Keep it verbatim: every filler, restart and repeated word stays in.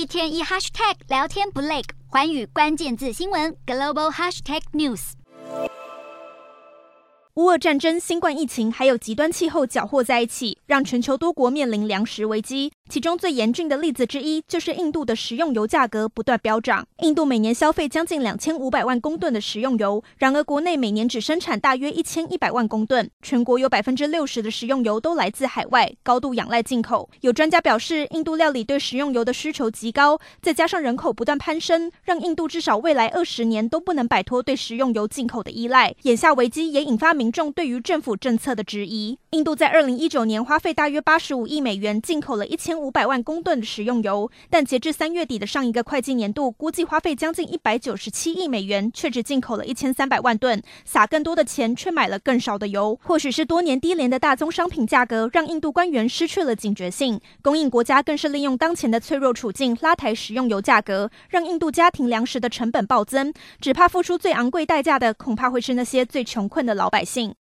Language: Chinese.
天一 hashtag 聊天不累，寰宇关键字新闻 global hashtag news。 乌俄战争、新冠疫情还有极端气候搅和在一起，让全球多国面临粮食危机。其中最严峻的例子之一，就是印度的食用油价格不断飙涨。印度每年消费将近两千五百万公吨的食用油，然而国内每年只生产大约一千一百万公吨。全国有百分之六十的食用油都来自海外，高度仰赖进口。有专家表示，印度料理对食用油的需求极高，再加上人口不断攀升，让印度至少未来二十年都不能摆脱对食用油进口的依赖。眼下危机也引发民众对于政府政策的质疑。印度在二零一九年花费大约八十五亿美元进口了一千五百万公吨的食用油，但截至三月底的上一个会计年度，估计花费将近一百九十七亿美元，却只进口了一千三百万吨，撒更多的钱却买了更少的油。或许是多年低廉的大宗商品价格让印度官员失去了警觉性，供应国家更是利用当前的脆弱处境拉抬食用油价格，让印度家庭粮食的成本暴增，只怕付出最昂贵代价的恐怕会是那些最穷困的老百姓。